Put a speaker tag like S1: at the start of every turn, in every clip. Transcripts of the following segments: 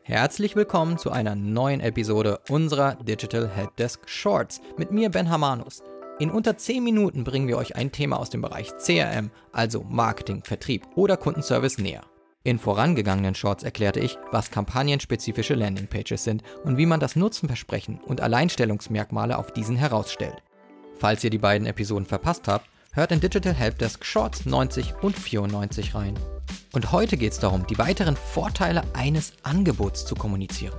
S1: Herzlich willkommen zu einer neuen Episode unserer Digital Helpdesk Shorts mit mir Ben Hamanus. In unter 10 Minuten bringen wir euch ein Thema aus dem Bereich CRM, also Marketing, Vertrieb oder Kundenservice näher. In vorangegangenen Shorts erklärte ich, was kampagnenspezifische Landingpages sind und wie man das Nutzenversprechen und Alleinstellungsmerkmale auf diesen herausstellt. Falls ihr die beiden Episoden verpasst habt, hört in Digital Helpdesk Shorts 90 und 94 rein. Und heute geht es darum, die weiteren Vorteile eines Angebots zu kommunizieren.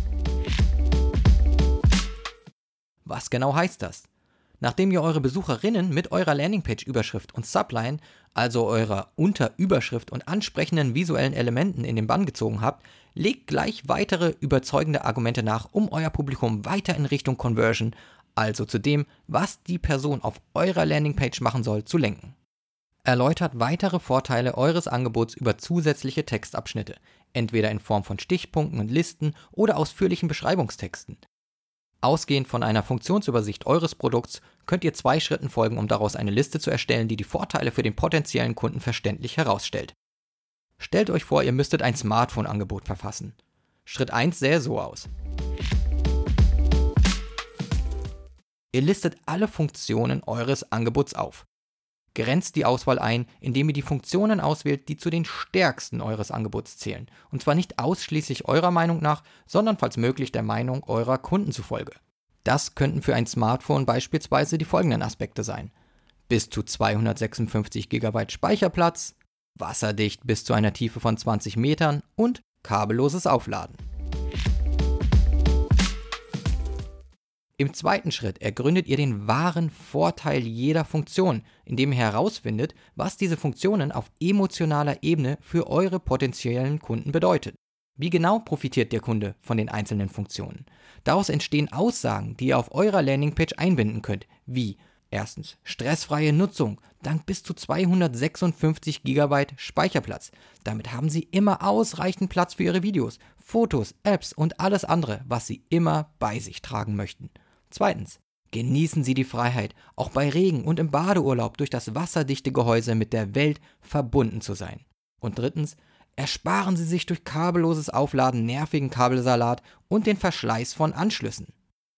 S1: Was genau heißt das? Nachdem ihr eure Besucherinnen mit eurer Landingpage-Überschrift und Subline, also eurer Unterüberschrift und ansprechenden visuellen Elementen in den Bann gezogen habt, legt gleich weitere überzeugende Argumente nach, um euer Publikum weiter in Richtung Conversion, also zu dem, was die Person auf eurer Landingpage machen soll, zu lenken. Erläutert weitere Vorteile eures Angebots über zusätzliche Textabschnitte, entweder in Form von Stichpunkten und Listen oder ausführlichen Beschreibungstexten. Ausgehend von einer Funktionsübersicht eures Produkts könnt ihr 2 Schritten folgen, um daraus eine Liste zu erstellen, die die Vorteile für den potenziellen Kunden verständlich herausstellt. Stellt euch vor, ihr müsstet ein Smartphone-Angebot verfassen. Schritt 1 sähe so aus. Ihr listet alle Funktionen eures Angebots auf. Grenzt die Auswahl ein, indem ihr die Funktionen auswählt, die zu den stärksten eures Angebots zählen. Und zwar nicht ausschließlich eurer Meinung nach, sondern falls möglich der Meinung eurer Kunden zufolge. Das könnten für ein Smartphone beispielsweise die folgenden Aspekte sein: bis zu 256 GB Speicherplatz, wasserdicht bis zu einer Tiefe von 20 Metern und kabelloses Aufladen. Im zweiten Schritt ergründet ihr den wahren Vorteil jeder Funktion, indem ihr herausfindet, was diese Funktionen auf emotionaler Ebene für eure potenziellen Kunden bedeutet. Wie genau profitiert der Kunde von den einzelnen Funktionen? Daraus entstehen Aussagen, die ihr auf eurer Landingpage einbinden könnt, wie erstens stressfreie Nutzung dank bis zu 256 GB Speicherplatz. Damit haben Sie immer ausreichend Platz für Ihre Videos, Fotos, Apps und alles andere, was Sie immer bei sich tragen möchten. Zweitens, genießen Sie die Freiheit, auch bei Regen und im Badeurlaub durch das wasserdichte Gehäuse mit der Welt verbunden zu sein. Und drittens, ersparen Sie sich durch kabelloses Aufladen nervigen Kabelsalat und den Verschleiß von Anschlüssen.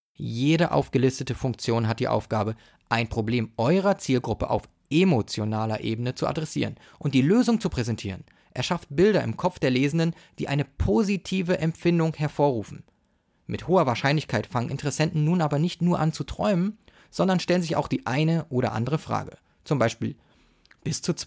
S1: Jede aufgelistete Funktion hat die Aufgabe, ein Problem eurer Zielgruppe auf emotionaler Ebene zu adressieren und die Lösung zu präsentieren. Er schafft Bilder im Kopf der Lesenden, die eine positive Empfindung hervorrufen. Mit hoher Wahrscheinlichkeit fangen Interessenten nun aber nicht nur an zu träumen, sondern stellen sich auch die eine oder andere Frage. Zum Beispiel, bis zu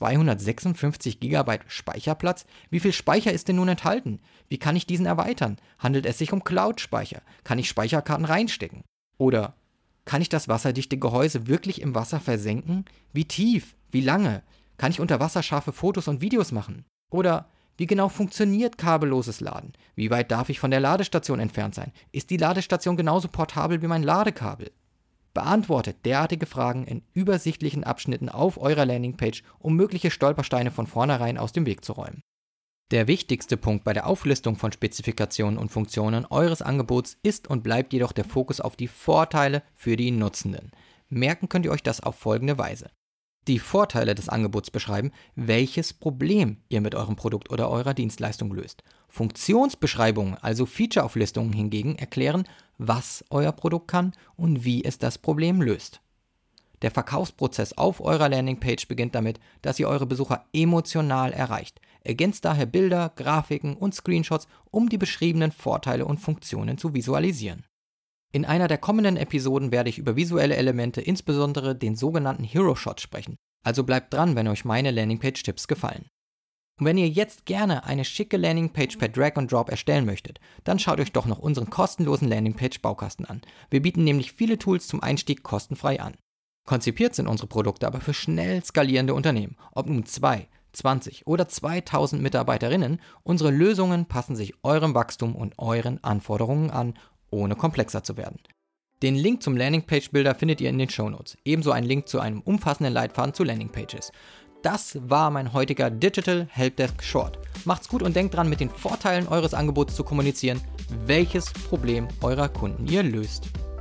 S1: 256 GB Speicherplatz? Wie viel Speicher ist denn nun enthalten? Wie kann ich diesen erweitern? Handelt es sich um Cloud-Speicher? Kann ich Speicherkarten reinstecken? Oder kann ich das wasserdichte Gehäuse wirklich im Wasser versenken? Wie tief? Wie lange? Kann ich unter Wasser scharfe Fotos und Videos machen? Oder wie genau funktioniert kabelloses Laden? Wie weit darf ich von der Ladestation entfernt sein? Ist die Ladestation genauso portabel wie mein Ladekabel? Beantwortet derartige Fragen in übersichtlichen Abschnitten auf eurer Landingpage, um mögliche Stolpersteine von vornherein aus dem Weg zu räumen. Der wichtigste Punkt bei der Auflistung von Spezifikationen und Funktionen eures Angebots ist und bleibt jedoch der Fokus auf die Vorteile für die Nutzenden. Merken könnt ihr euch das auf folgende Weise. Die Vorteile des Angebots beschreiben, welches Problem ihr mit eurem Produkt oder eurer Dienstleistung löst. Funktionsbeschreibungen, also Feature-Auflistungen hingegen, erklären, was euer Produkt kann und wie es das Problem löst. Der Verkaufsprozess auf eurer Landingpage beginnt damit, dass ihr eure Besucher emotional erreicht. Ergänzt daher Bilder, Grafiken und Screenshots, um die beschriebenen Vorteile und Funktionen zu visualisieren. In einer der kommenden Episoden werde ich über visuelle Elemente, insbesondere den sogenannten Hero Shot, sprechen. Also bleibt dran, wenn euch meine Landingpage-Tipps gefallen. Und wenn ihr jetzt gerne eine schicke Landingpage per Drag and Drop erstellen möchtet, dann schaut euch doch noch unseren kostenlosen Landingpage-Baukasten an. Wir bieten nämlich viele Tools zum Einstieg kostenfrei an. Konzipiert sind unsere Produkte aber für schnell skalierende Unternehmen. Ob nun 2, 20 oder 2000 Mitarbeiterinnen, unsere Lösungen passen sich eurem Wachstum und euren Anforderungen an, ohne komplexer zu werden. Den Link zum Landingpage-Builder findet ihr in den Shownotes. Ebenso einen Link zu einem umfassenden Leitfaden zu Landingpages. Das war mein heutiger Digital Helpdesk Short. Macht's gut und denkt dran, mit den Vorteilen eures Angebots zu kommunizieren, welches Problem eurer Kunden ihr löst.